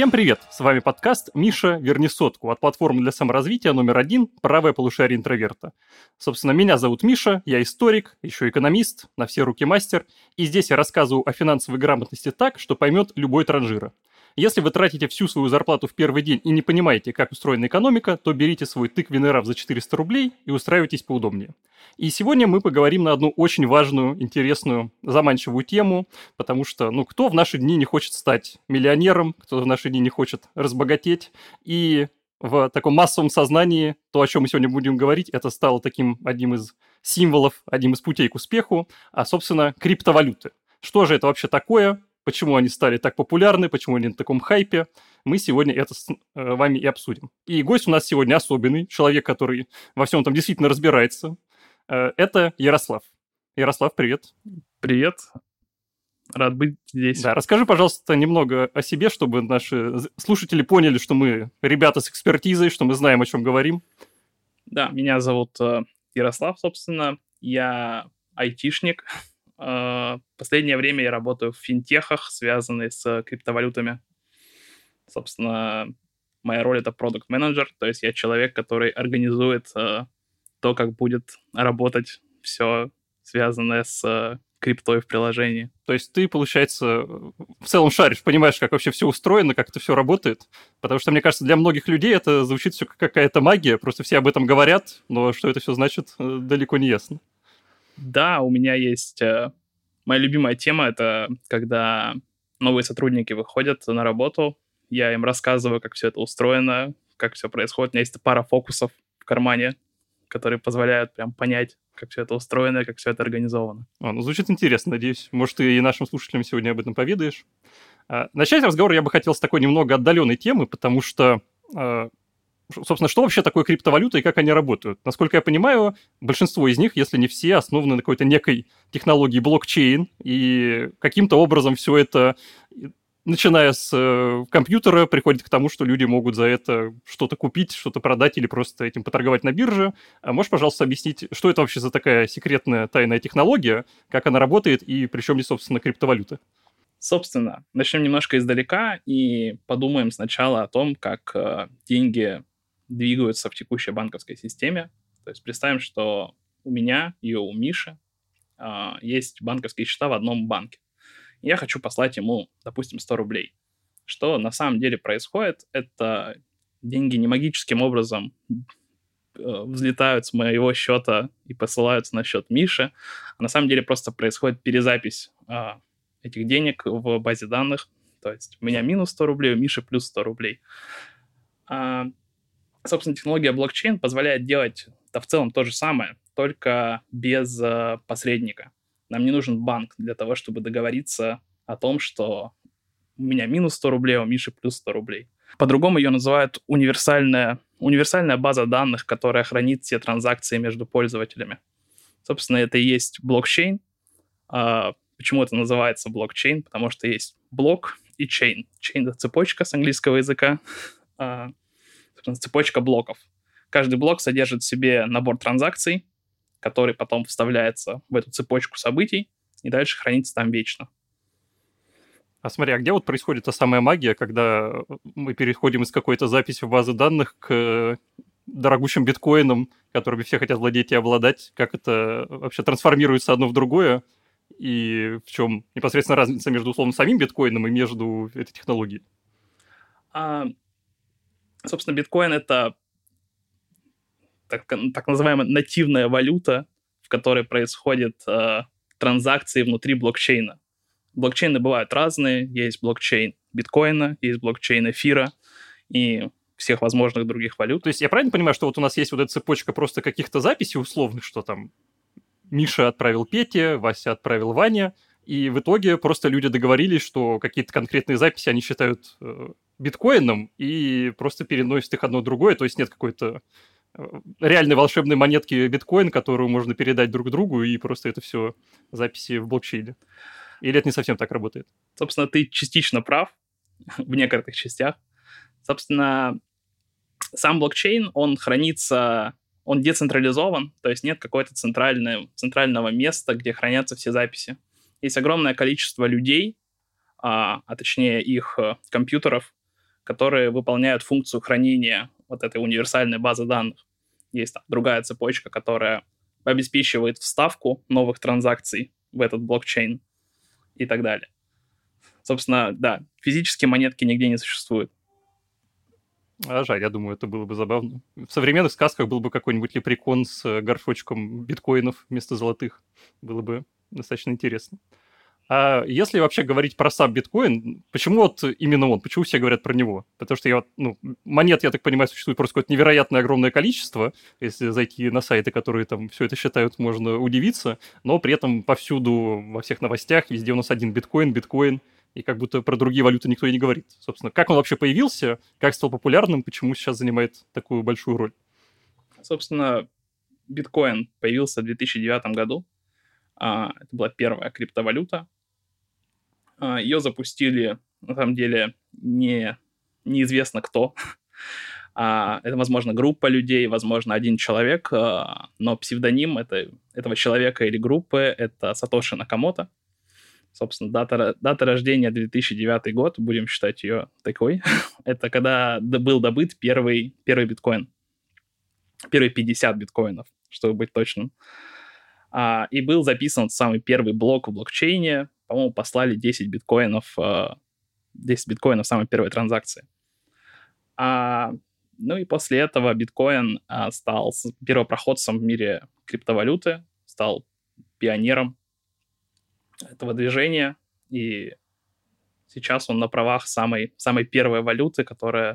Всем привет! С вами подкаст «Миша, верни сотку» от платформы для саморазвития номер 1 «Правое полушарие интроверта». Собственно, меня зовут Миша, я историк, еще экономист, на все руки мастер, и здесь я рассказываю о финансовой грамотности так, что поймет любой транжира. Если вы тратите всю свою зарплату в первый день и не понимаете, как устроена экономика, то берите свой тыквенный раф за 400 рублей и устраивайтесь поудобнее. И сегодня мы поговорим на одну очень важную, интересную, заманчивую тему, потому что, кто в наши дни не хочет стать миллионером, кто в наши дни не хочет разбогатеть, и в таком массовом сознании то, о чем мы сегодня будем говорить, это стало таким одним из символов, одним из путей к успеху, а, собственно, криптовалюты. Что же это вообще такое? Почему они стали так популярны, почему они на таком хайпе, мы сегодня это с вами и обсудим. И гость у нас сегодня особенный, человек, который во всем этом действительно разбирается. Это Ярослав. Ярослав, привет. Привет. Рад быть здесь. Да, расскажи, пожалуйста, немного о себе, чтобы наши слушатели поняли, что мы ребята с экспертизой, что мы знаем, о чем говорим. Да, меня зовут Ярослав, собственно. Я айтишник. Последнее время я работаю в финтехах, связанных с криптовалютами. Собственно, моя роль — это продакт-менеджер, то есть я человек, который организует то, как будет работать все, связанное с криптой в приложении. То есть ты, получается, в целом шаришь, понимаешь, как вообще все устроено, как это все работает? Потому что, мне кажется, для многих людей это звучит все как какая-то магия, просто все об этом говорят, но что это все значит, далеко не ясно. Да, у меня есть... Моя любимая тема — это когда новые сотрудники выходят на работу, я им рассказываю, как все это устроено, как все происходит. У меня есть пара фокусов в кармане, которые позволяют прям понять, как все это устроено, как все это организовано. Звучит интересно, надеюсь. Может, ты и нашим слушателям сегодня об этом поведаешь. Начать разговор я бы хотел с такой немного отдаленной темы, потому что, собственно, что вообще такое криптовалюта и как они работают? Насколько я понимаю, большинство из них, если не все, основаны на какой-то некой технологии блокчейн, и каким-то образом все это, начиная с компьютера, приходит к тому, что люди могут за это что-то купить, что-то продать или просто этим поторговать на бирже. Можешь, пожалуйста, объяснить, что это вообще за такая секретная тайная технология, как она работает и при чем здесь, собственно, криптовалюта? Собственно, начнем немножко издалека и подумаем сначала о том, как деньги двигаются в текущей банковской системе. То есть представим, что у меня и у Миши есть банковские счета в одном банке. Я хочу послать ему, допустим, 100 рублей. Что на самом деле происходит, это деньги не магическим образом взлетают с моего счета и посылаются на счет Миши, а на самом деле просто происходит перезапись этих денег в базе данных. То есть у меня минус 100 рублей, у Миши плюс 100 рублей. Собственно, технология блокчейн позволяет делать в целом то же самое, только без посредника. Нам не нужен банк для того, чтобы договориться о том, что у меня минус 100 рублей, а у Миши плюс 100 рублей. По-другому ее называют универсальная база данных, которая хранит все транзакции между пользователями. Собственно, это и есть блокчейн. Почему это называется блокчейн? Потому что есть блок и чейн. Чейн — это цепочка с английского языка. Собственно, цепочка блоков. Каждый блок содержит в себе набор транзакций, который потом вставляется в эту цепочку событий и дальше хранится там вечно. А смотри, а где вот происходит та самая магия, когда мы переходим из какой-то записи в базы данных к дорогущим биткоинам, которыми все хотят владеть и обладать? Как это вообще трансформируется одно в другое? И в чем непосредственно разница между, условно, самим биткоином и между этой технологией? Собственно, биткоин — это так называемая нативная валюта, в которой происходят транзакции внутри блокчейна. Блокчейны бывают разные. Есть блокчейн биткоина, есть блокчейн эфира и всех возможных других валют. То есть я правильно понимаю, что вот у нас есть вот эта цепочка просто каких-то записей условных, что там Миша отправил Пете, Вася отправил Ване, и в итоге просто люди договорились, что какие-то конкретные записи они считают биткоином и просто переносят их одно в другое, то есть нет какой-то реальной волшебной монетки биткоин, которую можно передать друг другу, и просто это все записи в блокчейне. Или это не совсем так работает? Собственно, ты частично прав в некоторых частях. Собственно, сам блокчейн, он хранится, он децентрализован, то есть нет какого-то центрального места, где хранятся все записи. Есть огромное количество людей, а точнее их компьютеров, которые выполняют функцию хранения вот этой универсальной базы данных. Есть там другая цепочка, которая обеспечивает вставку новых транзакций в этот блокчейн и так далее. Собственно, да, физические монетки нигде не существуют. А жаль, я думаю, это было бы забавно. В современных сказках был бы какой-нибудь лепрекон с горшочком биткоинов вместо золотых. Было бы достаточно интересно. А если вообще говорить про сам биткоин, почему вот именно он? Почему все говорят про него? Потому что монет, я так понимаю, существует просто какое-то невероятное огромное количество. Если зайти на сайты, которые там все это считают, можно удивиться. Но при этом повсюду, во всех новостях, везде у нас один биткоин, и как будто про другие валюты никто и не говорит. Собственно, как он вообще появился, как стал популярным, почему сейчас занимает такую большую роль? Собственно, биткоин появился в 2009 году. Это была первая криптовалюта. Ее запустили, на самом деле, неизвестно кто. Это, возможно, группа людей, возможно, один человек, но псевдоним этого человека или группы — это Сатоши Накамото. Собственно, дата рождения 2009 год, будем считать ее такой. Это когда был добыт первый биткоин. Первые 50 биткоинов, чтобы быть точным. И был записан самый первый блок в блокчейне. По-моему, послали 10 биткоинов самой первой транзакции. Ну и после этого биткоин стал первопроходцем в мире криптовалюты, стал пионером этого движения, и сейчас он на правах самой первой валюты, которая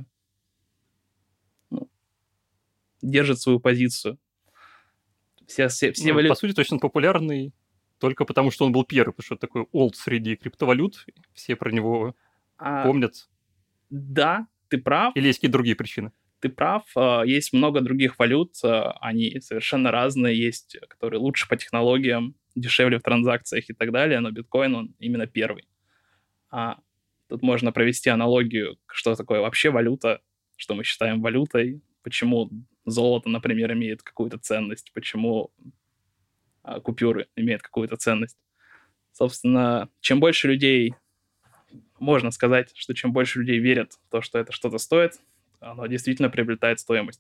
держит свою позицию. Все По сути, точно популярный только потому, что он был первый, потому что это такой олд среди криптовалют, все про него помнят. Да, ты прав. Или есть какие-то другие причины? Ты прав, есть много других валют, они совершенно разные, есть, которые лучше по технологиям, дешевле в транзакциях и так далее, но биткоин, он именно первый. Тут можно провести аналогию, что такое вообще валюта, что мы считаем валютой, почему золото, например, имеет какую-то ценность, почему купюры имеют какую-то ценность. Собственно, чем больше людей, можно сказать, что чем больше людей верят в то, что это что-то стоит, оно действительно приобретает стоимость.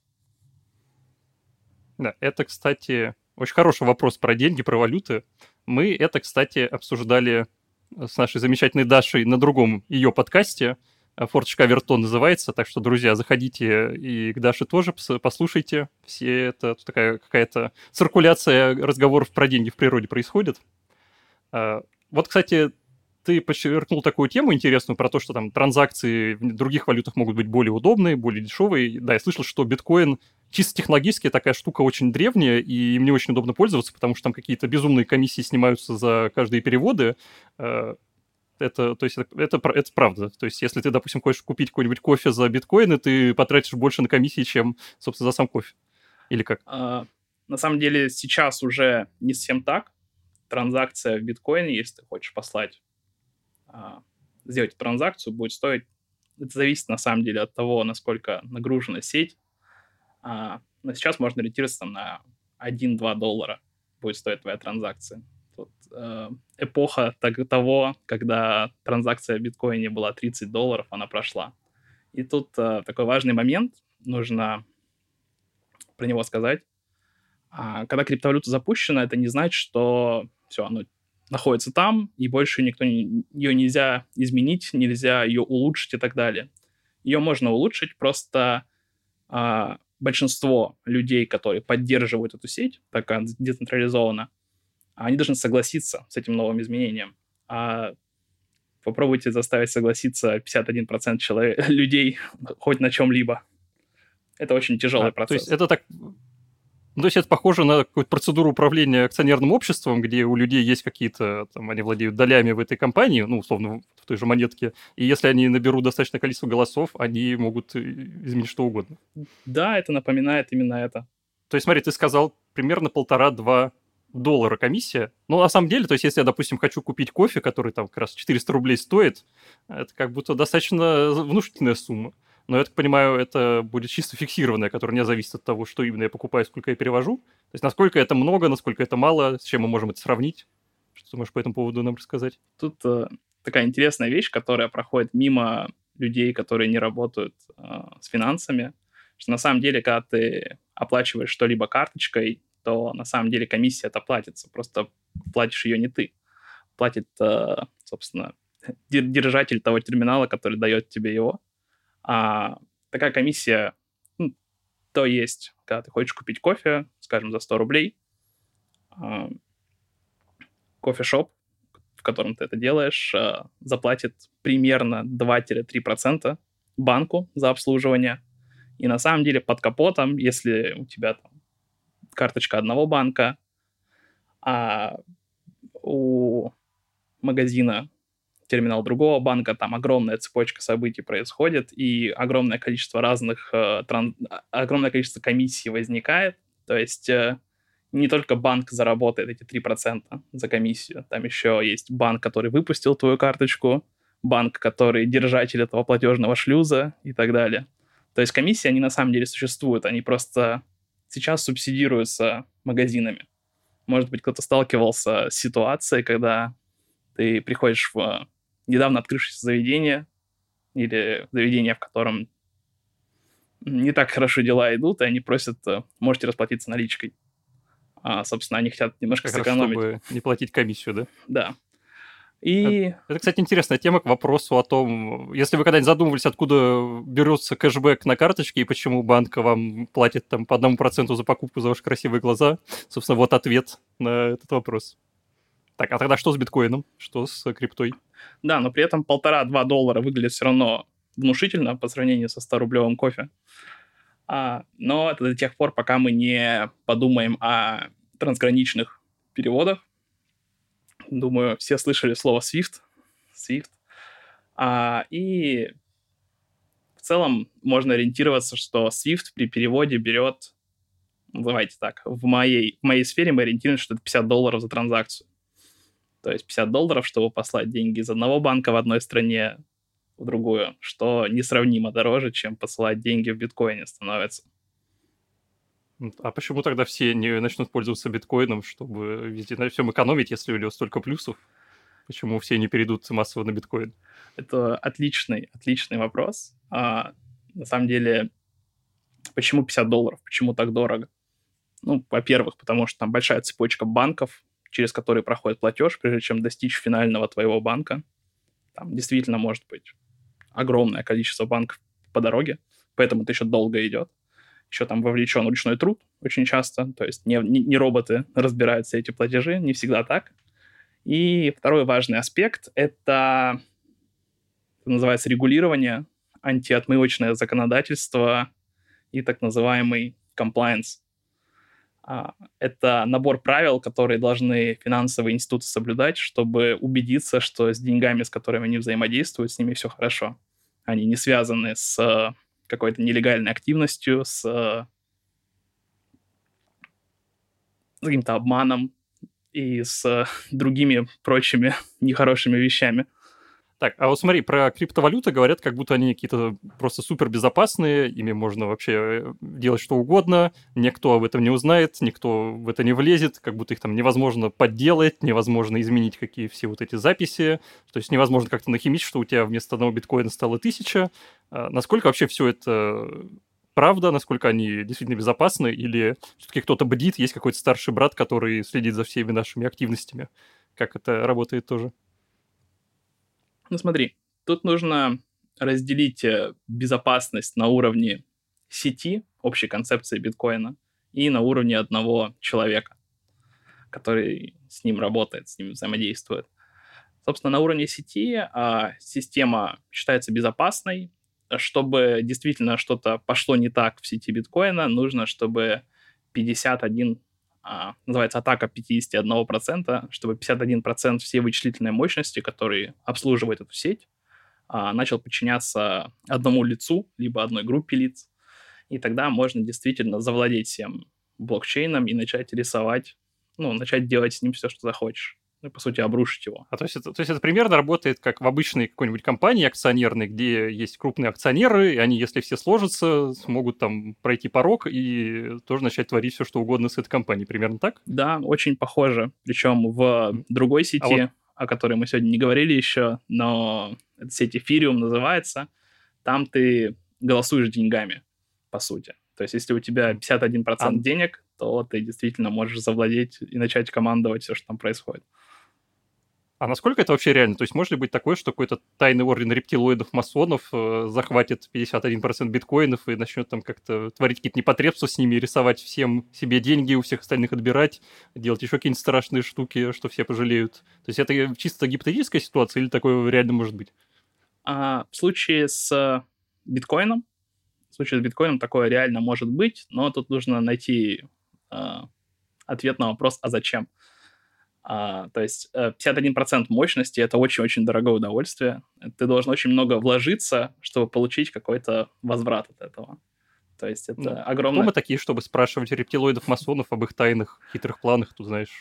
Да, это, кстати, очень хороший вопрос про деньги, про валюты. Мы это, кстати, обсуждали с нашей замечательной Дашей на другом ее подкасте. «Форточка Авертон» называется, так что, друзья, заходите и к Даше тоже послушайте. Все это такая какая-то циркуляция разговоров про деньги в природе происходит. Вот, кстати, ты подчеркнул такую тему интересную про то, что там транзакции в других валютах могут быть более удобные, более дешевые. Да, я слышал, что биткоин чисто технологически такая штука очень древняя, и им не очень удобно пользоваться, потому что там какие-то безумные комиссии снимаются за каждые переводы. Это правда. То есть, если ты, допустим, хочешь купить какой-нибудь кофе за биткоины, ты потратишь больше на комиссии, чем, собственно, за сам кофе. Или как? На самом деле, сейчас уже не совсем так. Транзакция в биткоине, если ты хочешь сделать транзакцию, будет стоить... Это зависит, на самом деле, от того, насколько нагружена сеть. Но сейчас можно ориентироваться там на $1-2 будет стоить твоя транзакция. Тут эпоха того, когда транзакция в биткоине была $30, она прошла. И тут такой важный момент, нужно про него сказать. Когда криптовалюта запущена, это не значит, что все, оно находится там, и больше ее нельзя изменить, нельзя ее улучшить и так далее. Ее можно улучшить, просто большинство людей, которые поддерживают эту сеть, так как она децентрализована, они должны согласиться с этим новым изменением. Попробуйте заставить согласиться 51% людей хоть на чем-либо. Это очень тяжелый процесс. То есть это так... Ну, то есть это похоже на какую-то процедуру управления акционерным обществом, где у людей есть какие-то, там, они владеют долями в этой компании, ну, условно, в той же монетке, и если они наберут достаточное количество голосов, они могут изменить что угодно. Да, это напоминает именно это. То есть, смотри, ты сказал примерно $1,5-2 комиссия. Ну, на самом деле, то есть, если я, допустим, хочу купить кофе, который там как раз 400 рублей стоит, это как будто достаточно внушительная сумма. Но, я так понимаю, это будет чисто фиксированное, которое не зависит от того, что именно я покупаю, сколько я перевожу. То есть, насколько это много, насколько это мало, с чем мы можем это сравнить. Что ты можешь по этому поводу нам рассказать? Тут такая интересная вещь, которая проходит мимо людей, которые не работают с финансами, что на самом деле, когда ты оплачиваешь что-либо карточкой, то на самом деле комиссия это платится. Просто платишь ее не ты. Платит, собственно, держатель того терминала, который дает тебе его. А такая комиссия, ну, то есть, когда ты хочешь купить кофе, скажем, за 100 рублей, кофешоп, в котором ты это делаешь, заплатит примерно 2-3% банку за обслуживание. И на самом деле под капотом, если у тебя там карточка одного банка, а у магазина терминал другого банка, там огромная цепочка событий происходит, и огромное количество огромное количество комиссий возникает. То есть не только банк заработает эти 3% за комиссию, там еще есть банк, который выпустил твою карточку, банк, который держатель этого платежного шлюза и так далее. То есть комиссии, они на самом деле существуют, они просто сейчас субсидируются магазинами. Может быть, кто-то сталкивался с ситуацией, когда ты приходишь в недавно открывшееся заведение или заведение, в котором не так хорошо дела идут, и они просят, можете расплатиться наличкой. Собственно, они хотят немножко Как раз, сэкономить. чтобы не платить комиссию, да? Да. И... Это, кстати, интересная тема к вопросу о том, если вы когда-нибудь задумывались, откуда берется кэшбэк на карточке и почему банк вам платит там по 1% за покупку за ваши красивые глаза, собственно, вот ответ на этот вопрос. Так, а тогда что с биткоином? Что с криптой? Да, но при этом 1,5-2 доллара выглядит все равно внушительно по сравнению со 100-рублевым кофе. Но это до тех пор, пока мы не подумаем о трансграничных переводах. Думаю, все слышали слово SWIFT. И в целом можно ориентироваться, что SWIFT при переводе берет, давайте так, в моей сфере мы ориентируемся, что это $50 за транзакцию. То есть $50, чтобы послать деньги из одного банка в одной стране в другую, что несравнимо дороже, чем посылать деньги в биткоине становится. А почему тогда все не начнут пользоваться биткоином, чтобы везде на всем экономить, если у него столько плюсов? Почему все не перейдут массово на биткоин? Это отличный вопрос. На самом деле, почему $50? Почему так дорого? Ну, во-первых, потому что там большая цепочка банков, через которые проходит платеж, прежде чем достичь финального твоего банка. Там действительно может быть огромное количество банков по дороге, поэтому это еще долго идет. Еще там вовлечен ручной труд очень часто, то есть не роботы разбирают все эти платежи, не всегда так. И второй важный аспект — это называется регулирование, антиотмывочное законодательство и так называемый compliance. Это набор правил, которые должны финансовые институты соблюдать, чтобы убедиться, что с деньгами, с которыми они взаимодействуют, с ними все хорошо. Они не связаны с какой-то нелегальной активностью, с каким-то обманом и с другими прочими нехорошими вещами. Так, а вот смотри, про криптовалюты говорят, как будто они какие-то просто супер безопасные, ими можно вообще делать что угодно, никто об этом не узнает, никто в это не влезет, как будто их там невозможно подделать, невозможно изменить какие все вот эти записи, то есть невозможно как-то нахимить, что у тебя вместо одного биткоина стало 1000. Насколько вообще все это правда, насколько они действительно безопасны, или все-таки кто-то бдит, есть какой-то старший брат, который следит за всеми нашими активностями? Как это работает тоже? Ну смотри, тут нужно разделить безопасность на уровне сети, общей концепции биткоина, и на уровне одного человека, который с ним работает, с ним взаимодействует. Собственно, на уровне сети система считается безопасной. Чтобы действительно что-то пошло не так в сети биткоина, нужно, чтобы 51, называется атака 51%, чтобы 51% всей вычислительной мощности, который обслуживает эту сеть, начал подчиняться одному лицу, либо одной группе лиц. И тогда можно действительно завладеть всем блокчейном и начать рисовать, начать делать с ним все, что захочешь. Ну, по сути, обрушить его. То есть это примерно работает как в обычной какой-нибудь компании акционерной, где есть крупные акционеры, и они, если все сложатся, смогут там пройти порог и тоже начать творить все, что угодно с этой компанией. Примерно так? Да, очень похоже. Причем в другой сети, о которой мы сегодня не говорили еще, но эта сеть Ethereum называется, там ты голосуешь деньгами, по сути. То есть если у тебя 51% денег, то ты действительно можешь завладеть и начать командовать все, что там происходит. А насколько это вообще реально? То есть может ли быть такое, что какой-то тайный орден рептилоидов-масонов захватит 51% биткоинов и начнет там как-то творить какие-то непотребства с ними, рисовать всем себе деньги, у всех остальных отбирать, делать еще какие-нибудь страшные штуки, что все пожалеют? То есть это чисто гипотетическая ситуация или такое реально может быть? В случае с биткоином, такое реально может быть, но тут нужно найти ответ на вопрос, а зачем? То есть 51% мощности — это очень-очень дорогое удовольствие. Ты должен очень много вложиться, чтобы получить какой-то возврат от этого. То есть это огромное... Кто мы такие, чтобы спрашивать рептилоидов-масонов об их тайных хитрых планах, тут знаешь?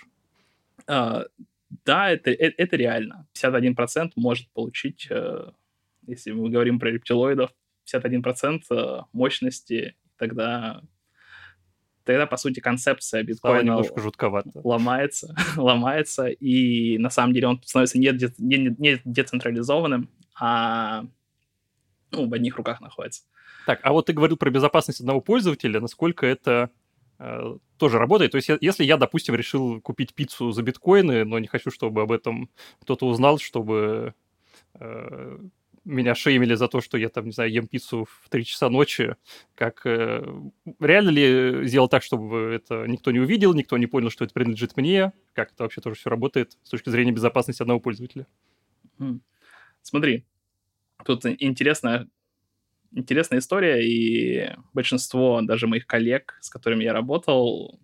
Да, это реально. 51% может получить, если мы говорим про рептилоидов, 51% мощности, тогда, по сути, концепция Стало биткоина немножко жутковато. ломается, и на самом деле он становится не децентрализованным, а в одних руках находится. Так, а вот ты говорил про безопасность одного пользователя, насколько это тоже работает? То есть если я, допустим, решил купить пиццу за биткоины, но не хочу, чтобы об этом кто-то узнал, чтобы меня шеймили за то, что я там, не знаю, ем пиццу в 3 часа ночи, реально ли сделать так, чтобы это никто не увидел, никто не понял, что это принадлежит мне? Как это вообще тоже все работает с точки зрения безопасности одного пользователя? Смотри, тут интересная история, и большинство даже моих коллег, с которыми я работал,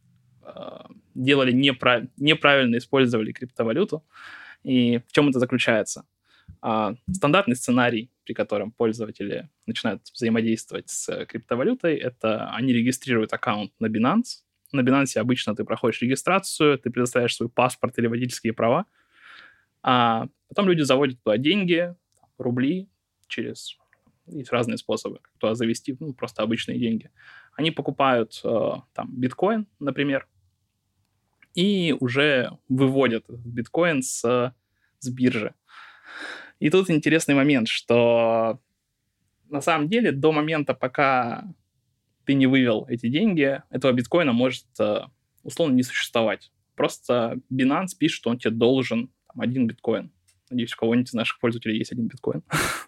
неправильно использовали криптовалюту. И в чем это заключается? Стандартный сценарий, при котором пользователи начинают взаимодействовать с криптовалютой, это они регистрируют аккаунт на Binance. На Binance обычно ты проходишь регистрацию, ты предоставляешь свой паспорт или водительские права, а потом люди заводят туда деньги, рубли, есть разные способы, как туда завести, просто обычные деньги. Они покупают там биткоин, например, и уже выводят биткоин с биржи. И тут интересный момент, что на самом деле до момента, пока ты не вывел эти деньги, этого биткоина может условно не существовать. Просто Binance пишет, что он тебе должен один биткоин. Надеюсь, у кого-нибудь из наших пользователей есть один биткоин.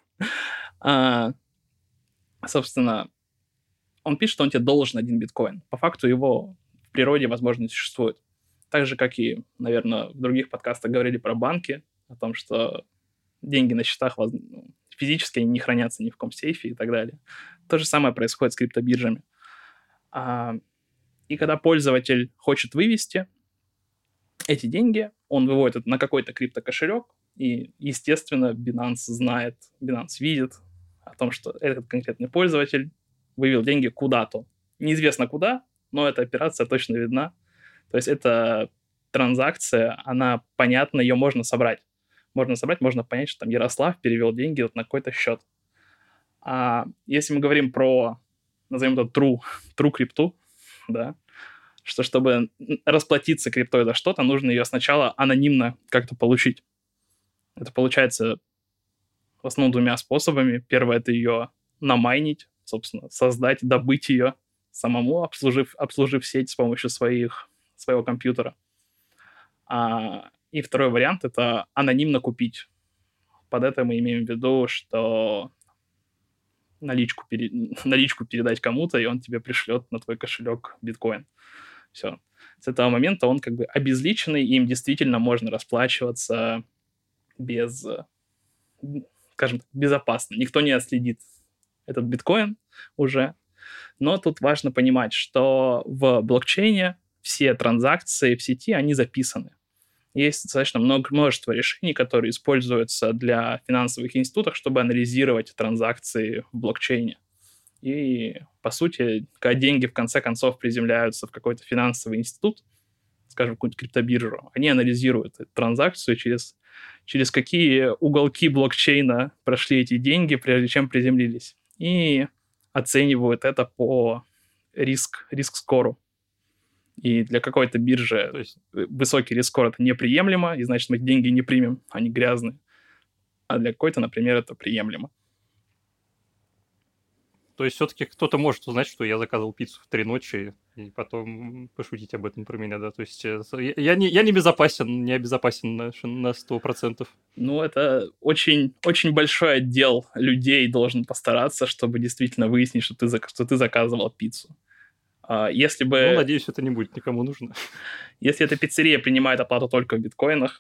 Собственно, он пишет, что он тебе должен один биткоин. По факту его в природе, возможно, не существует. Так же, как и, наверное, в других подкастах говорили про банки, о том, что деньги на счетах физически не хранятся ни в каком сейфе и так далее. То же самое происходит с криптобиржами. И когда пользователь хочет вывести эти деньги, он выводит это на какой-то криптокошелек, и, естественно, Binance видит о том, что этот конкретный пользователь вывел деньги куда-то. Неизвестно куда, но эта операция точно видна. То есть эта транзакция, она понятна, ее можно собрать. Можно понять, что там Ярослав перевел деньги вот на какой-то счет. А если мы говорим про, назовем это, true крипту, да, что чтобы расплатиться криптой за что-то, нужно ее сначала анонимно как-то получить. Это получается в основном двумя способами. Первое — это ее намайнить, собственно, создать, добыть ее самому, обслужив сеть с помощью своего компьютера. И второй вариант — это анонимно купить. Под это мы имеем в виду, что наличку передать кому-то, и он тебе пришлет на твой кошелек биткоин. Все. С этого момента он как бы обезличенный, и им действительно можно расплачиваться скажем так, безопасно. Никто не отследит этот биткоин уже. Но тут важно понимать, что в блокчейне все транзакции в сети, они записаны. Есть достаточно множество решений, которые используются для финансовых институтов, чтобы анализировать транзакции в блокчейне. И, по сути, когда деньги в конце концов приземляются в какой-то финансовый институт, скажем, какую-нибудь криптобиржу, они анализируют эту транзакцию, через какие уголки блокчейна прошли эти деньги, прежде чем приземлились. И оценивают это по риск-скору. И для какой-то биржи высокий риск-скор — это неприемлемо, и значит, мы эти деньги не примем, они грязные. А для какой-то, например, это приемлемо. То есть все-таки кто-то может узнать, что я заказывал пиццу в 3 ночи, и потом пошутить об этом про меня, да? То есть я не безопасен, не обезопасен на 100%. Ну, это очень, очень большой отдел людей должен постараться, чтобы действительно выяснить, что ты заказывал пиццу. Если Ну, бы... надеюсь, это не будет никому нужно. Если эта пиццерия принимает оплату только в биткоинах,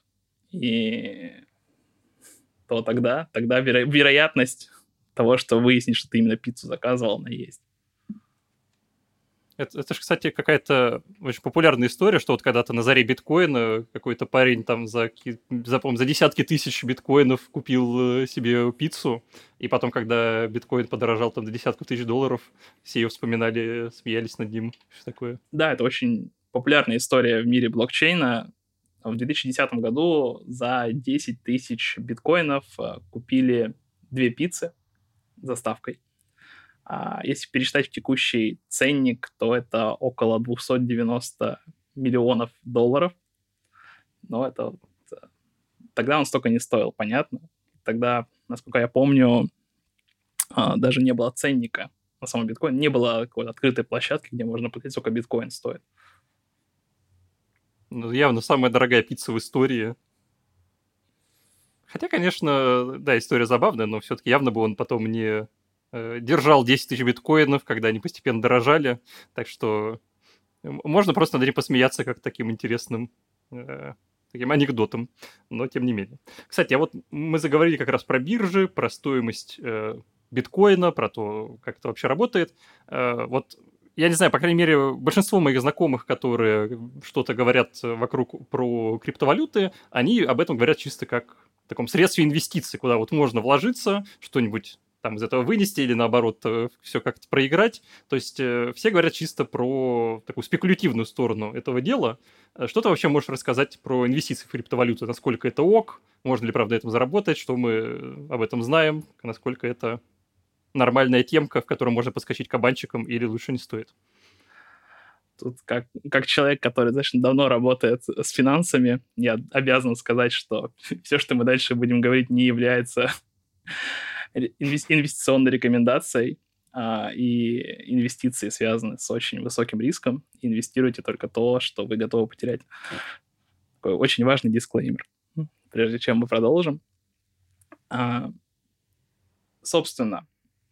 то тогда вероятность того, что выяснишь, что ты именно пиццу заказывал, она есть. Это же, кстати, какая-то очень популярная история, что вот когда-то на заре биткоина какой-то парень там по-моему, за десятки тысяч биткоинов купил себе пиццу, и потом, когда биткоин подорожал там до десятков тысяч долларов, все ее вспоминали, смеялись над ним, что такое. Да, это очень популярная история в мире блокчейна. В 2010 году за 10 тысяч биткоинов купили 2 пиццы с доставкой. Если пересчитать в текущий ценник, то это около 290 миллионов долларов. Но тогда он столько не стоил, понятно. Тогда, насколько я помню, даже не было ценника на самом биткоин. Не было какой-то открытой площадки, где можно посмотреть, сколько биткоин стоит. Ну, явно самая дорогая пицца в истории. Хотя, конечно, да, история забавная, но все-таки явно бы он потом не держал 10 тысяч биткоинов, когда они постепенно дорожали. Так что можно просто над ним посмеяться как таким интересным таким анекдотом, но тем не менее. Кстати, а вот мы заговорили как раз про биржи, про стоимость биткоина, про то, как это вообще работает. Вот я не знаю, по крайней мере, большинство моих знакомых, которые что-то говорят вокруг про криптовалюты, они об этом говорят чисто как в таком средстве инвестиций, куда вот можно вложиться, что-нибудь там из этого вынести или, наоборот, все как-то проиграть. То есть все говорят чисто про такую спекулятивную сторону этого дела. Что ты вообще можешь рассказать про инвестиции в криптовалюту? Насколько это ок? Можно ли, правда, этим заработать? Что мы об этом знаем? Насколько это нормальная темка, в которой можно подскочить кабанчиком, или лучше не стоит? Тут как человек, который достаточно давно работает с финансами, я обязан сказать, что все, что мы дальше будем говорить, не является инвестиционной рекомендацией, и инвестиции связаны с очень высоким риском. Инвестируйте только то, что вы готовы потерять. Такой очень важный дисклеймер. Прежде чем мы продолжим. Собственно,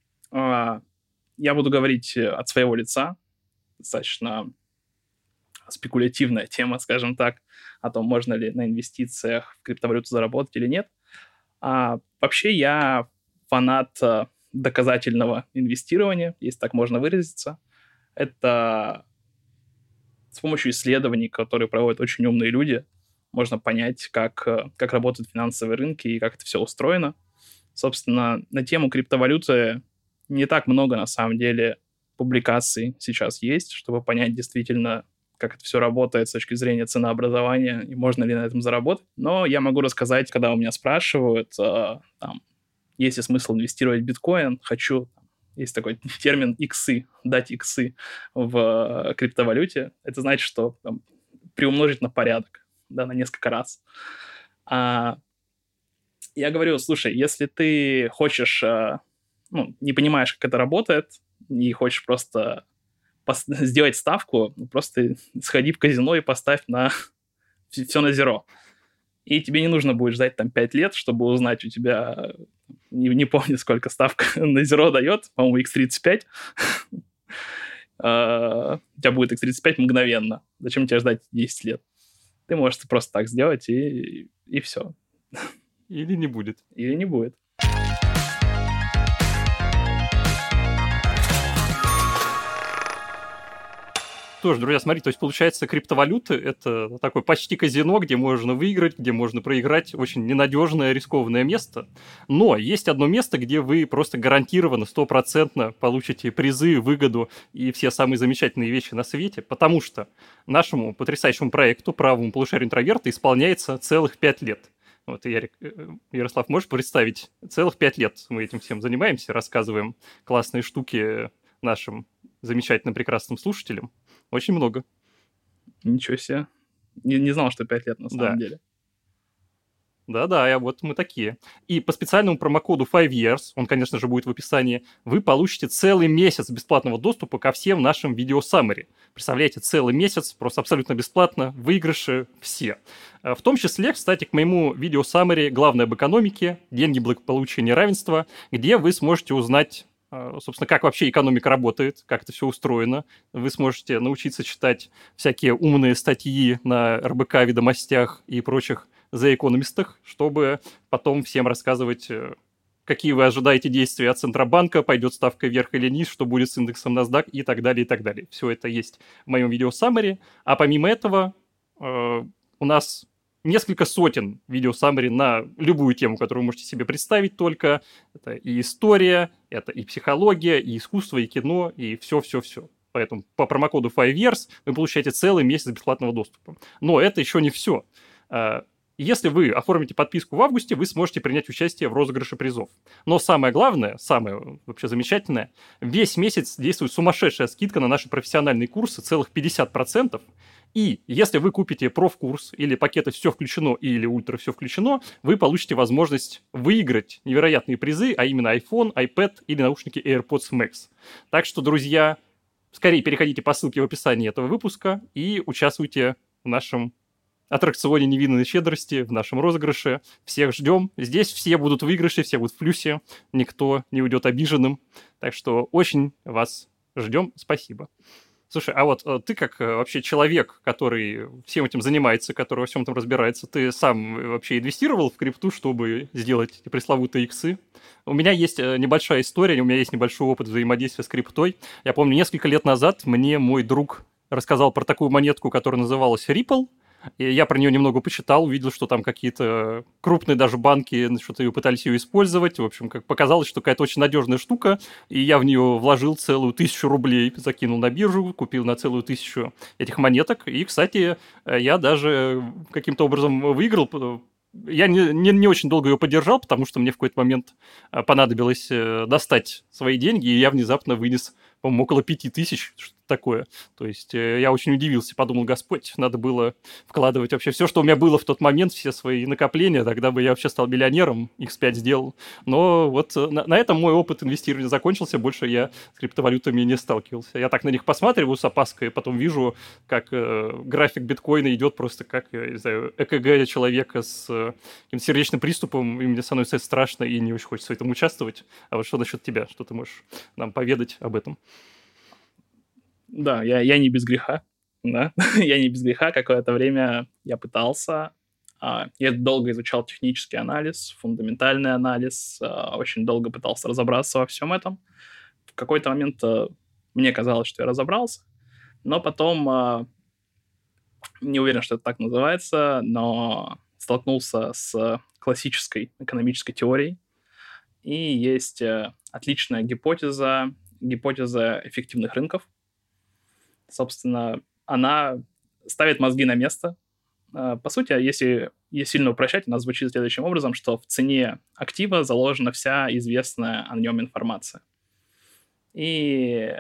я буду говорить от своего лица. Достаточно спекулятивная тема, скажем так, о том, можно ли на инвестициях в криптовалюту заработать или нет. Вообще я фанат доказательного инвестирования, если так можно выразиться. Это с помощью исследований, которые проводят очень умные люди, можно понять, как работают финансовые рынки и как это все устроено. Собственно, на тему криптовалюты не так много, на самом деле, публикаций сейчас есть, чтобы понять действительно, как это все работает с точки зрения ценообразования и можно ли на этом заработать. Но я могу рассказать, когда у меня спрашивают, там, есть ли смысл инвестировать в биткоин, есть такой термин иксы, дать иксы в криптовалюте. Это значит, что там, приумножить на порядок, да, на несколько раз. Я говорю, слушай, если ты хочешь, не понимаешь, как это работает, и хочешь просто сделать ставку, просто сходи в казино и поставь все на зеро. И тебе не нужно будет ждать там 5 лет, чтобы узнать, у тебя, не помню, сколько ставка на зеро дает, по-моему, x35. У тебя будет x35 мгновенно. Зачем тебе ждать 10 лет? Ты можешь просто так сделать, и все. Или не будет. Или не будет. Тоже, друзья, смотри, то есть получается криптовалюты – это такое почти казино, где можно выиграть, где можно проиграть, очень ненадежное, рискованное место. Но есть одно место, где вы просто гарантированно, 100% получите призы, выгоду и все самые замечательные вещи на свете, потому что нашему потрясающему проекту «Правому полушарию интроверта» исполняется целых 5 лет. Вот, Ярик, Ярослав, можешь представить? Целых 5 лет мы этим всем занимаемся, рассказываем классные штуки нашим замечательным, прекрасным слушателям. Очень много. Ничего себе. Не знал, что 5 лет на самом деле. Да-да, вот мы такие. И по специальному промокоду 5years, он, конечно же, будет в описании, вы получите целый месяц бесплатного доступа ко всем нашим видео-саммари. Представляете, целый месяц, просто абсолютно бесплатно, выигрыши все. В том числе, кстати, к моему видео-саммари «Главное об экономике. Деньги, благополучие, неравенство», где вы сможете узнать собственно, как вообще экономика работает, как это все устроено. Вы сможете научиться читать всякие умные статьи на РБК, Ведомостях и прочих The Economist'ах, чтобы потом всем рассказывать, какие вы ожидаете действия от Центробанка, пойдет ставка вверх или вниз, что будет с индексом NASDAQ и так далее, и так далее. Все это есть в моем видео-саммари. А помимо этого, у нас несколько сотен видео-саммари на любую тему, которую вы можете себе представить только. Это и история, это и психология, и искусство, и кино, и все-все-все. Поэтому по промокоду 5years вы получаете целый месяц бесплатного доступа. Но это еще не все. Если вы оформите подписку в августе, вы сможете принять участие в розыгрыше призов. Но самое главное, самое вообще замечательное, весь месяц действует сумасшедшая скидка на наши профессиональные курсы, целых 50%. И если вы купите профкурс или пакеты «Все включено» или «Ультра все включено», вы получите возможность выиграть невероятные призы, а именно iPhone, iPad или наушники AirPods Max. Так что, друзья, скорее переходите по ссылке в описании этого выпуска и участвуйте в нашем аттракционе невиданной щедрости, в нашем розыгрыше. Всех ждем. Здесь все будут в выигрыше, все будут в плюсе. Никто не уйдет обиженным. Так что очень вас ждем. Спасибо. Слушай, а вот ты как вообще человек, который всем этим занимается, который во всем этом разбирается, ты сам вообще инвестировал в крипту, чтобы сделать эти пресловутые иксы? У меня есть небольшая история, у меня есть небольшой опыт взаимодействия с криптой. Я помню, несколько лет назад мне мой друг рассказал про такую монетку, которая называлась Ripple. И я про нее немного почитал, увидел, что там какие-то крупные даже банки что-то ее пытались ее использовать. В общем, как показалось, что какая-то очень надежная штука. И я в нее вложил целую 1000 рублей, закинул на биржу, купил на целую 1000 этих монеток. И, кстати, я даже каким-то образом выиграл. Я не очень долго ее поддержал, потому что мне в какой-то момент понадобилось достать свои деньги, и я внезапно вынес, по-моему, около 5000, что-то такое. То есть я очень удивился, подумал, Господь, надо было вкладывать вообще все, что у меня было в тот момент, все свои накопления, тогда бы я вообще стал миллионером, X5 сделал. Но вот на этом мой опыт инвестирования закончился, больше я с криптовалютами не сталкивался. Я так на них посматриваю с опаской, потом вижу, как график биткоина идет просто как, я не знаю, ЭКГ человека с каким-то сердечным приступом, и мне становится страшно, и не очень хочется в этом участвовать. А вот что насчет тебя? Что ты можешь нам поведать об этом? Да, я не без греха, да, я не без греха. Какое-то время я пытался, я долго изучал технический анализ, фундаментальный анализ, очень долго пытался разобраться во всем этом. В какой-то момент мне казалось, что я разобрался, но потом, не уверен, что это так называется, но столкнулся с классической экономической теорией, и есть отличная гипотеза эффективных рынков. Собственно, она ставит мозги на место. По сути, если ее сильно упрощать, она звучит следующим образом, что в цене актива заложена вся известная о нем информация. И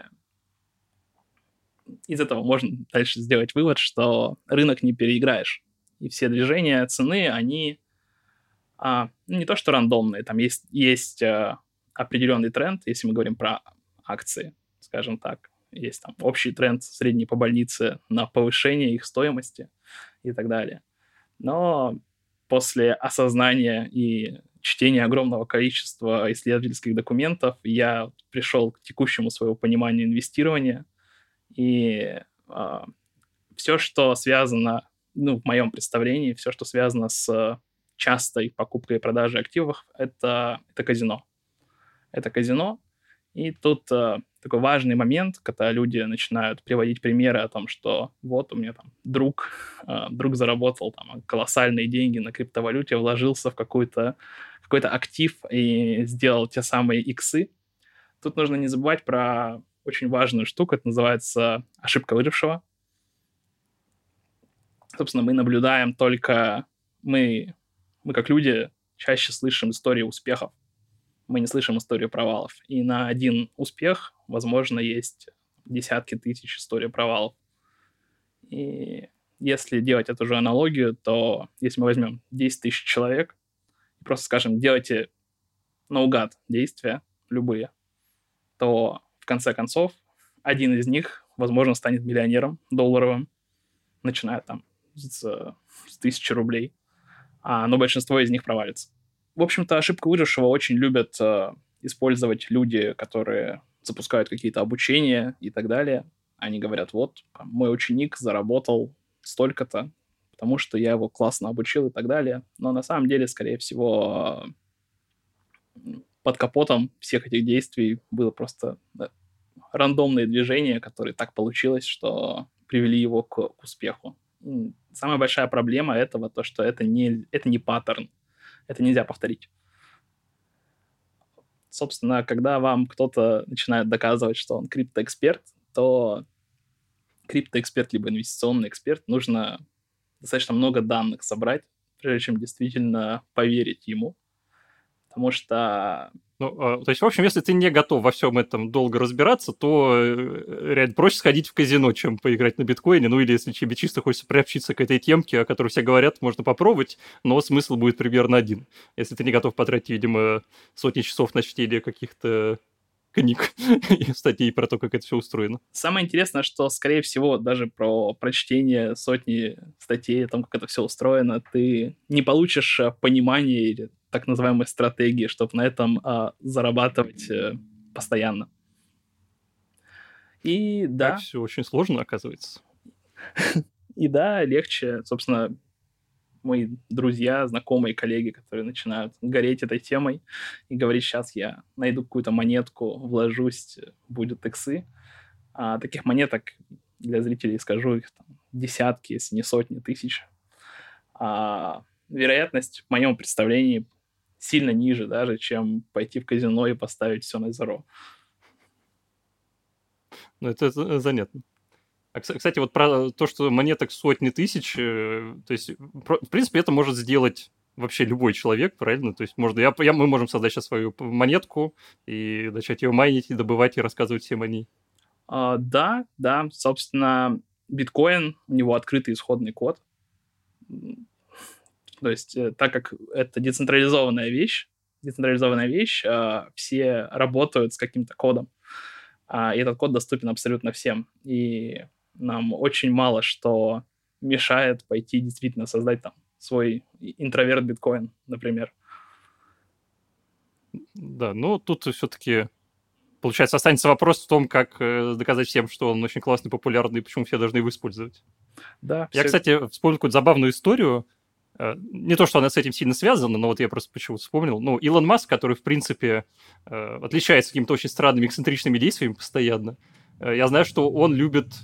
из этого можно дальше сделать вывод, что рынок не переиграешь. И все движения цены, они не то что рандомные, там есть определенный тренд, если мы говорим про акции, скажем так. Есть там общий тренд средний по больнице на повышение их стоимости и так далее. Но после осознания и чтения огромного количества исследовательских документов я пришел к текущему своему пониманию инвестирования. И все, что связано, в моем представлении, все, что связано с частой покупкой и продажей активов, это казино. Это казино. И тут такой важный момент, когда люди начинают приводить примеры о том, что вот у меня там друг заработал там колоссальные деньги на криптовалюте, вложился в какой-то актив и сделал те самые иксы. Тут нужно не забывать про очень важную штуку, это называется ошибка выжившего. Собственно, мы наблюдаем только, мы как люди чаще слышим истории успехов, мы не слышим историю провалов. И на один успех, возможно, есть десятки тысяч историй провалов. И если делать эту же аналогию, то если мы возьмем 10 тысяч человек и просто скажем, делайте наугад действия, любые, то в конце концов один из них, возможно, станет миллионером долларовым, начиная там с 1000 рублей, но большинство из них провалится. В общем-то, ошибку выжившего очень любят использовать люди, которые запускают какие-то обучения и так далее. Они говорят, вот, мой ученик заработал столько-то, потому что я его классно обучил и так далее. Но на самом деле, скорее всего, под капотом всех этих действий было просто рандомные движения, которые так получилось, что привели его к успеху. Самая большая проблема этого то, что это не паттерн. Это нельзя повторить. Собственно, когда вам кто-то начинает доказывать, что он криптоэксперт, то криптоэксперт либо инвестиционный эксперт нужно достаточно много данных собрать, прежде чем действительно поверить ему. Потому что... То есть, в общем, если ты не готов во всем этом долго разбираться, то реально проще сходить в казино, чем поиграть на биткоине. Ну, или если тебе чисто хочется приобщиться к этой темке, о которой все говорят, можно попробовать, но смысл будет примерно один. Если ты не готов потратить, видимо, сотни часов на чтение каких-то книг и статей про то, как это все устроено. Самое интересное, что, скорее всего, даже про прочтение сотни статей о том, как это все устроено, ты не получишь понимания или так называемой стратегии, чтобы на этом зарабатывать постоянно. И да. Так все очень сложно, оказывается. И да, легче, собственно, мои друзья, знакомые, коллеги, которые начинают гореть этой темой и говорить, сейчас я найду какую-то монетку, вложусь, будет иксы. А таких монеток, для зрителей скажу, их там десятки, если не сотни тысяч. Вероятность, в моем представлении, сильно ниже даже, чем пойти в казино и поставить все на зеро. Ну, это занятно. Кстати, вот про то, что монеток сотни тысяч, то есть, в принципе, это может сделать вообще любой человек, правильно? То есть мы можем создать сейчас свою монетку и начать ее майнить, и добывать, и рассказывать всем о ней. Да, собственно, биткоин, у него открытый исходный код. То есть, так как это децентрализованная вещь, все работают с каким-то кодом, и этот код доступен абсолютно всем. И нам очень мало что мешает пойти действительно создать там свой интроверт биткоин, например. Да, ну тут все-таки, получается, останется вопрос в том, как доказать всем, что он очень классный, популярный, и почему все должны его использовать. Да. Я, кстати, вспомнил какую-то забавную историю. Не то, что она с этим сильно связана, но вот я просто почему-то вспомнил. Ну, Илон Маск, который, в принципе, отличается какими-то очень странными, эксцентричными действиями постоянно. Я знаю, что он любит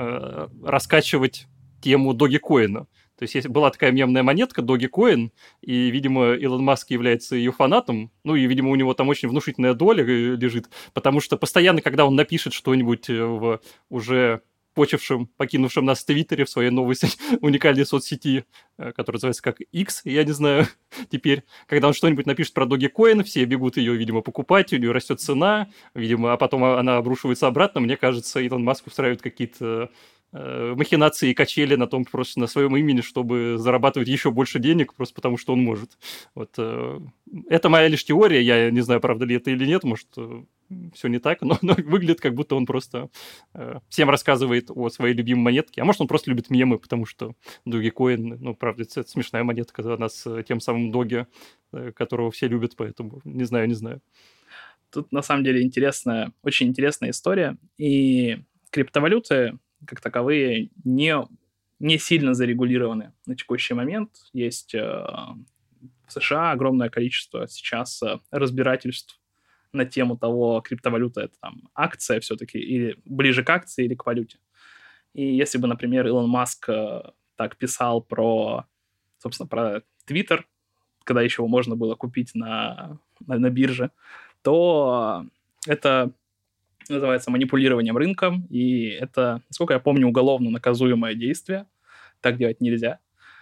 раскачивать тему Dogecoin. То есть была такая мемная монетка Dogecoin, и, видимо, Илон Маск является ее фанатом, ну и, видимо, у него там очень внушительная доля лежит, потому что постоянно, когда он напишет что-нибудь в уже покинувшем нас в Твиттере, в своей новой уникальной соцсети, которая называется как X, я не знаю, теперь, когда он что-нибудь напишет про Dogecoin, все бегут ее, видимо, покупать, у нее растет цена, видимо, а потом она обрушивается обратно. Мне кажется, Илон Маск устраивает какие-то махинации и качели на том, просто на своем имени, чтобы зарабатывать еще больше денег, просто потому что он может. Вот это моя лишь теория, я не знаю, правда ли это или нет, может, все не так, но выглядит, как будто он просто всем рассказывает о своей любимой монетке, а может, он просто любит мемы, потому что Dogecoin, ну, правда, это смешная монетка, она с тем самым Доги, которого все любят, поэтому не знаю. Тут, на самом деле, очень интересная история, и криптовалюты как таковые не сильно зарегулированы на текущий момент. Есть в США огромное количество сейчас разбирательств на тему того, криптовалюта — это там акция все-таки, или ближе к акции, или к валюте. И если бы, например, Илон Маск так писал собственно, про Twitter, когда еще его можно было купить на бирже, то это называется манипулированием рынком, и это, насколько я помню, уголовно наказуемое действие. Так делать нельзя.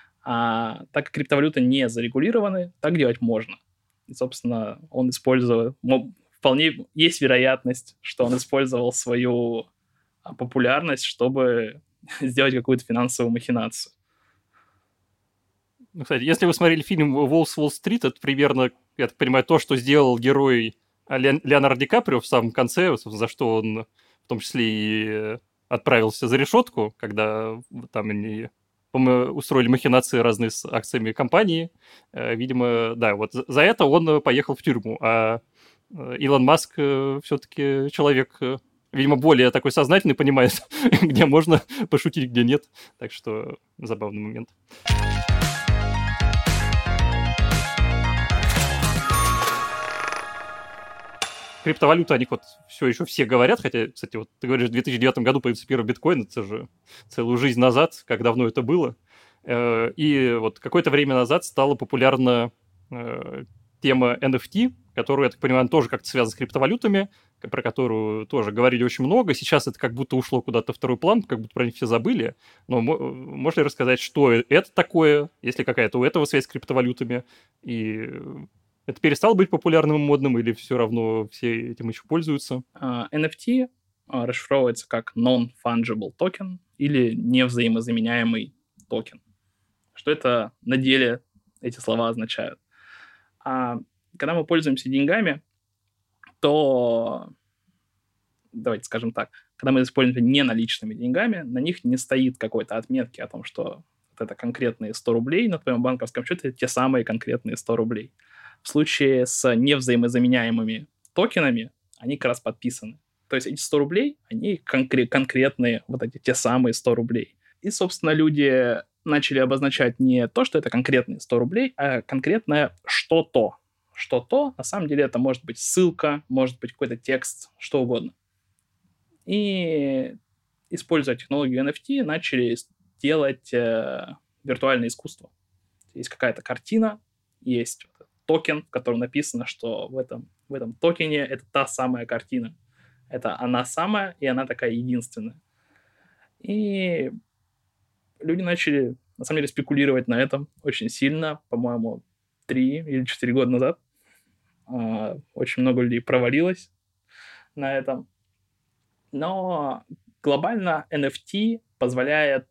А так как криптовалюты не зарегулированы, так делать можно. И, собственно, он использовал... Вполне есть вероятность, что он использовал свою популярность, чтобы сделать какую-то финансовую махинацию. Ну, кстати, если вы смотрели фильм «Волк с Уолл-стрит», это примерно, я так понимаю, то, что сделал герой Леонардо Ди Каприо в самом конце, за что он в том числе и отправился за решетку, когда там они, по-моему, устроили махинации разные с акциями компании. Видимо, да, вот за это он поехал в тюрьму. А Илон Маск все-таки человек, видимо, более такой сознательный, понимает, где можно пошутить, где нет. Так что забавный момент. Криптовалюты, о них вот все еще все говорят, хотя, кстати, вот ты говоришь, в 2009 году появился первый биткоин, это же целую жизнь назад, как давно это было. И вот какое-то время назад стала популярна тема NFT, которую, я так понимаю, тоже как-то связана с криптовалютами, про которую тоже говорили очень много. Сейчас это как будто ушло куда-то в второй план, как будто про них все забыли. Но можно ли рассказать, что это такое, есть ли какая-то у этого связь с криптовалютами, и это перестало быть популярным и модным, или все равно все этим еще пользуются? NFT расшифровывается как non-fungible token или невзаимозаменяемый токен. Что это на деле эти слова означают? Когда мы пользуемся деньгами, то, давайте скажем так, когда мы используем неналичными деньгами, на них не стоит какой-то отметки о том, что вот это конкретные 100 рублей на твоем банковском счете, это те самые конкретные 100 рублей. В случае с невзаимозаменяемыми токенами они как раз подписаны. То есть эти 100 рублей, они конкретные, вот эти те самые 100 рублей. И, собственно, люди начали обозначать не то, что это конкретные 100 рублей, а конкретное что-то. Что-то, на самом деле, это может быть ссылка, может быть какой-то текст, что угодно. И, используя технологию NFT, начали делать виртуальное искусство. Есть какая-то картина, есть токен, в котором написано, что в этом токене это та самая картина. Это она самая, и она такая единственная. И люди начали, на самом деле, спекулировать на этом очень сильно, по-моему, 3 или 4 года назад. Очень много людей провалилось на этом. Но глобально NFT позволяет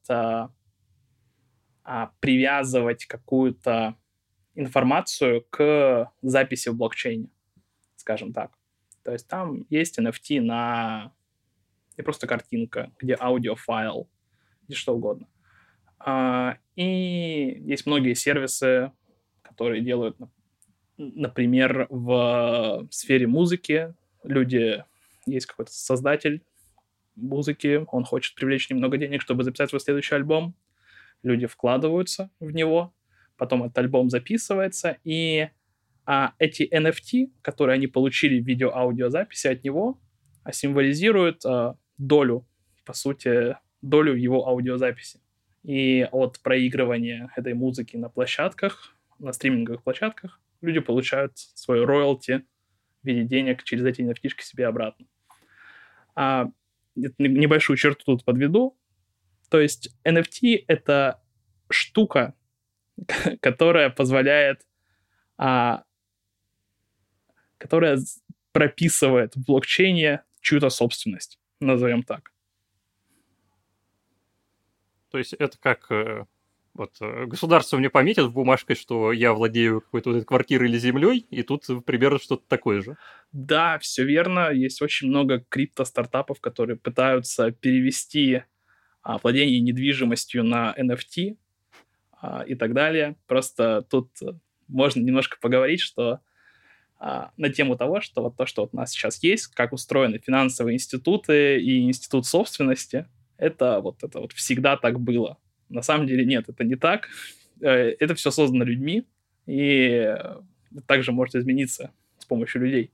привязывать какую-то информацию к записи в блокчейне, скажем так. То есть там есть NFT на не просто картинка, где аудиофайл, где что угодно. И есть многие сервисы, которые делают, например, в сфере музыки. Есть какой-то создатель музыки, он хочет привлечь немного денег, чтобы записать свой следующий альбом. Люди вкладываются в него, потом этот альбом записывается, и эти NFT, которые они получили в видео-аудиозаписи от него, символизируют долю, по сути, долю его аудиозаписи. И от проигрывания этой музыки на площадках, на стриминговых площадках, люди получают свою роялти в виде денег через эти NFT-шки себе обратно. Небольшую черту тут подведу. То есть NFT — это штука, которая позволяет, которая прописывает в блокчейне чью-то собственность, назовем так. То есть это как государство мне пометит в бумажке, что я владею какой-то вот этой квартирой или землей, и тут примерно что-то такое же. Да, все верно. Есть очень много крипто-стартапов, которые пытаются перевести владение недвижимостью на NFT и так далее. Просто тут можно немножко поговорить, что на тему того, что вот то, что вот у нас сейчас есть, как устроены финансовые институты и институт собственности, это вот всегда так было. На самом деле нет, это не так. Это все создано людьми, и также может измениться с помощью людей.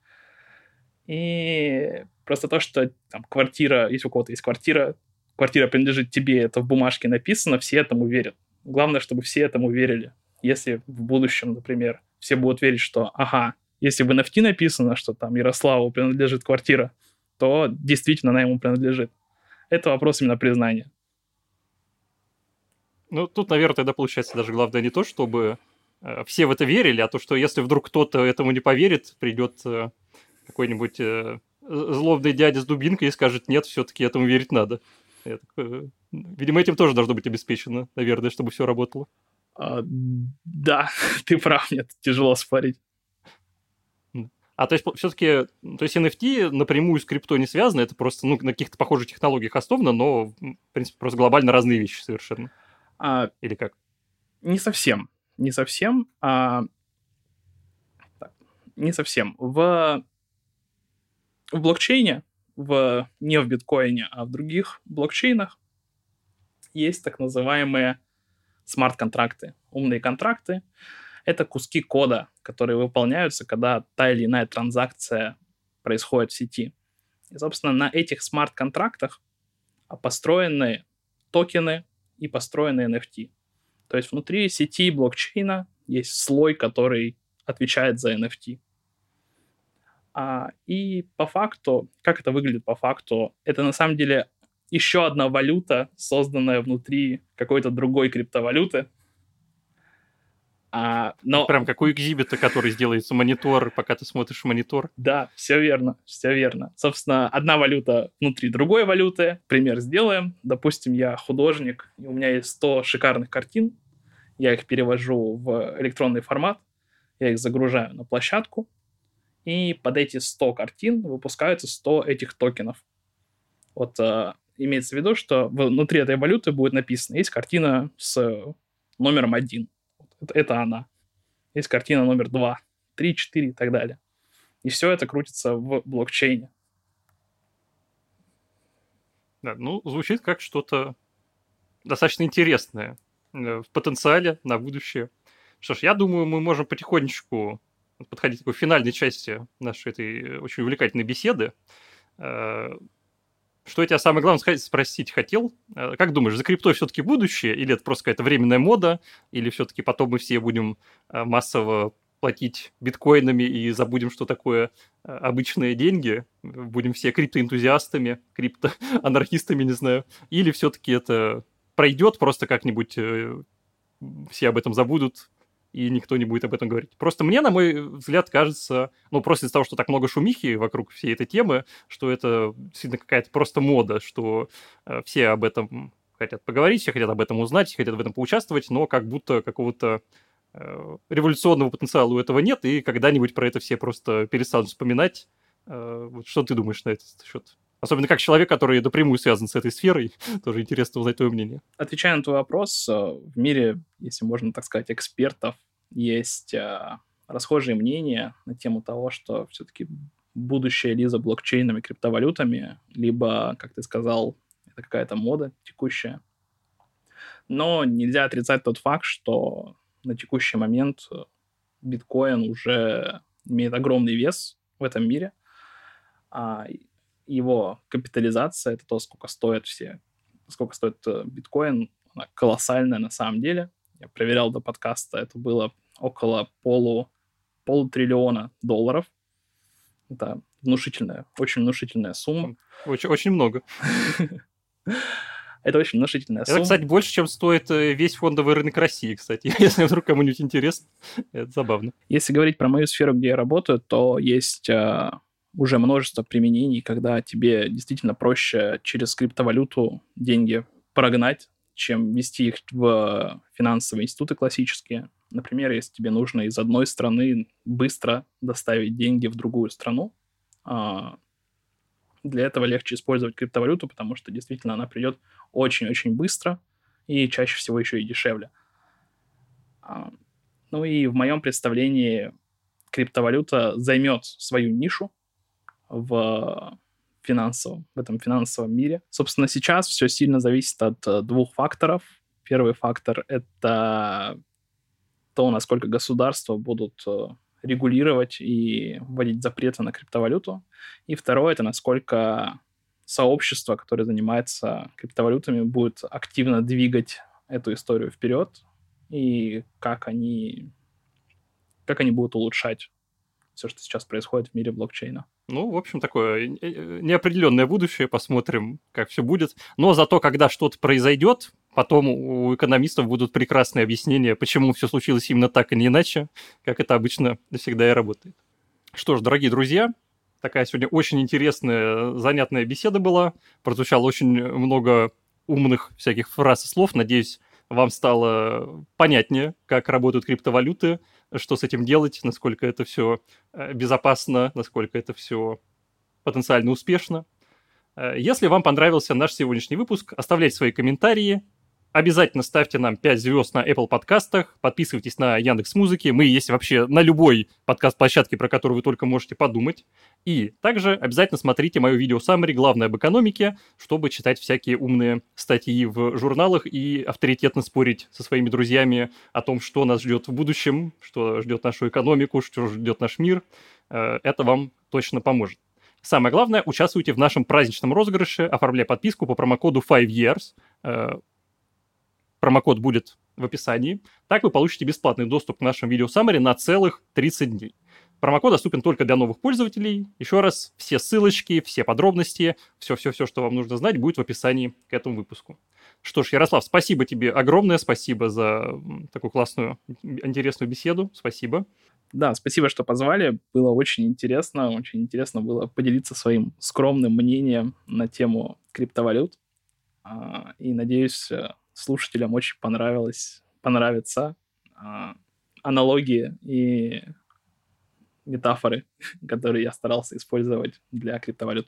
И просто то, что там квартира, если у кого-то есть квартира принадлежит тебе, это в бумажке написано, все этому верят. Главное, чтобы все этому верили. Если в будущем, например, все будут верить, что, если в NFT написано, что там Ярославу принадлежит квартира, то действительно она ему принадлежит. Это вопрос именно признания. Ну, тут, наверное, тогда получается даже главное не то, чтобы все в это верили, а то, что если вдруг кто-то этому не поверит, придет какой-нибудь злобный дядя с дубинкой и скажет, нет, все-таки этому верить надо. Видимо, этим тоже должно быть обеспечено, наверное, чтобы все работало. Да, ты прав, мне тяжело спорить. То есть все-таки, то есть NFT напрямую с крипто не связано, это просто на каких-то похожих технологиях основано, но, в принципе, просто глобально разные вещи совершенно. Или как? Не совсем. Не совсем. Не совсем. В блокчейне, не в биткоине, а в других блокчейнах есть так называемые смарт-контракты, умные контракты. Это куски кода, которые выполняются, когда та или иная транзакция происходит в сети. И, собственно, на этих смарт-контрактах построены токены и построены NFT. То есть внутри сети блокчейна есть слой, который отвечает за NFT. И по факту, как это выглядит по факту, это на самом деле еще одна валюта, созданная внутри какой-то другой криптовалюты. Прям как у экзибита, который сделается монитор, пока ты смотришь монитор. Да, все верно, все верно. Собственно, одна валюта внутри другой валюты. Пример сделаем. Допустим, я художник, и у меня есть 100 шикарных картин. Я их перевожу в электронный формат, я их загружаю на площадку, и под эти 100 картин выпускаются 100 этих токенов. Вот имеется в виду, что внутри этой валюты будет написано, есть картина с номером 1. Это она. Есть картина номер 2, 3, 4 и так далее. И все это крутится в блокчейне. Да, звучит как что-то достаточно интересное в потенциале на будущее. Что ж, я думаю, мы можем потихонечку подходить к такой финальной части нашей этой очень увлекательной беседы. Что я тебя самое главное спросить хотел? Как думаешь, за криптой все-таки будущее? Или это просто какая-то временная мода? Или все-таки потом мы все будем массово платить биткоинами и забудем, что такое обычные деньги? Будем все криптоэнтузиастами, криптоанархистами, не знаю. Или все-таки это пройдет, просто как-нибудь все об этом забудут, и никто не будет об этом говорить. Просто мне, на мой взгляд, кажется, просто из-за того, что так много шумихи вокруг всей этой темы, что это действительно какая-то просто мода, что все об этом хотят поговорить, все хотят об этом узнать, все хотят в этом поучаствовать, но как будто какого-то революционного потенциала у этого нет, и когда-нибудь про это все просто перестанут вспоминать. Вот что ты думаешь на этот счет? Особенно как человек, который напрямую связан с этой сферой, тоже интересно узнать твое мнение. Отвечая на твой вопрос, в мире, если можно так сказать, экспертов, есть расхожие мнения на тему того, что все-таки будущее ли за блокчейнами, криптовалютами, либо, как ты сказал, это какая-то мода текущая. Но нельзя отрицать тот факт, что на текущий момент биткоин уже имеет огромный вес в этом мире. Его капитализация, это то, сколько стоит биткоин, она колоссальная на самом деле. Я проверял до подкаста, это было около полутриллиона долларов. Это внушительная, очень внушительная сумма. Очень, очень много. Это очень внушительная сумма. Это, кстати, больше, чем стоит весь фондовый рынок России, кстати. Если вдруг кому-нибудь интересно, это забавно. Если говорить про мою сферу, где я работаю, то есть уже множество применений, когда тебе действительно проще через криптовалюту деньги прогнать, чем вести их в финансовые институты классические. Например, если тебе нужно из одной страны быстро доставить деньги в другую страну, для этого легче использовать криптовалюту, потому что действительно она придет очень-очень быстро и чаще всего еще и дешевле. И в моем представлении криптовалюта займет свою нишу в этом финансовом мире. Собственно, сейчас все сильно зависит от двух факторов. Первый фактор — это то, насколько государства будут регулировать и вводить запреты на криптовалюту. И второе — это насколько сообщество, которое занимается криптовалютами, будет активно двигать эту историю вперед, и как они будут улучшать все, что сейчас происходит в мире блокчейна. В общем, такое неопределенное будущее, посмотрим, как все будет. Но зато, когда что-то произойдет, потом у экономистов будут прекрасные объяснения, почему все случилось именно так, и не иначе, как это обычно всегда и работает. Что ж, дорогие друзья, такая сегодня очень интересная, занятная беседа была. Прозвучало очень много умных всяких фраз и слов. Надеюсь, вам стало понятнее, как работают криптовалюты, что с этим делать, насколько это все безопасно, насколько это все потенциально успешно. Если вам понравился наш сегодняшний выпуск, оставляйте свои комментарии. Обязательно ставьте нам 5 звезд на Apple подкастах, подписывайтесь на Яндекс.Музыке. Мы есть вообще на любой подкаст-площадке, про которую вы только можете подумать. И также обязательно смотрите мое видео summary «Главное об экономике», чтобы читать всякие умные статьи в журналах и авторитетно спорить со своими друзьями о том, что нас ждет в будущем, что ждет нашу экономику, что ждет наш мир. Это вам точно поможет. Самое главное, участвуйте в нашем праздничном розыгрыше, оформляя подписку по промокоду 5years. Промокод будет в описании. Так вы получите бесплатный доступ к нашим видео summary на целых 30 дней. Промокод доступен только для новых пользователей. Еще раз, все ссылочки, все подробности, все-все-все, что вам нужно знать, будет в описании к этому выпуску. Что ж, Ярослав, спасибо тебе огромное, спасибо за такую классную, интересную беседу, спасибо. Да, спасибо, что позвали, было очень интересно было поделиться своим скромным мнением на тему криптовалют, и надеюсь, слушателям очень понравятся аналогии и метафоры, которые я старался использовать для криптовалют.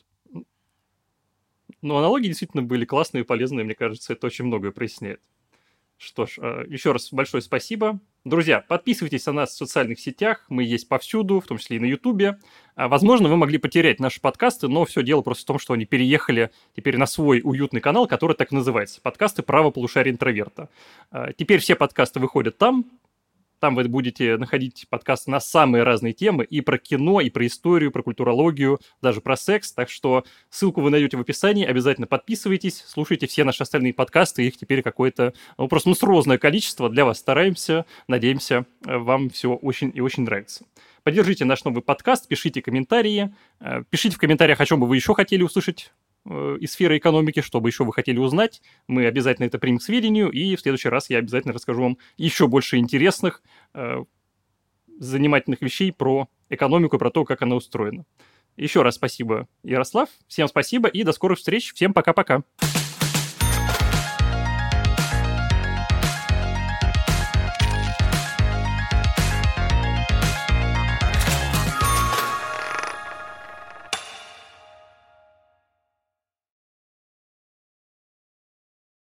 Ну, аналогии действительно были классные и полезные, мне кажется, это очень многое проясняет. Что ж, еще раз большое спасибо. Друзья, подписывайтесь на нас в социальных сетях, мы есть повсюду, в том числе и на Ютубе. Возможно, вы могли потерять наши подкасты, но все дело просто в том, что они переехали теперь на свой уютный канал, который так и называется – подкасты «Право полушария интроверта». Теперь все подкасты выходят там. Там вы будете находить подкасты на самые разные темы, и про кино, и про историю, про культурологию, даже про секс. Так что ссылку вы найдете в описании, обязательно подписывайтесь, слушайте все наши остальные подкасты, их теперь какое-то, просто монструозное количество. Для вас стараемся, надеемся, вам все очень и очень нравится. Поддержите наш новый подкаст, пишите комментарии, пишите в комментариях, о чем бы вы еще хотели услышать из сферы экономики, что бы еще вы хотели узнать. Мы обязательно это примем к сведению, и в следующий раз я обязательно расскажу вам еще больше интересных, занимательных вещей про экономику, про то, как она устроена. Еще раз спасибо, Ярослав. Всем спасибо и до скорых встреч. Всем пока-пока.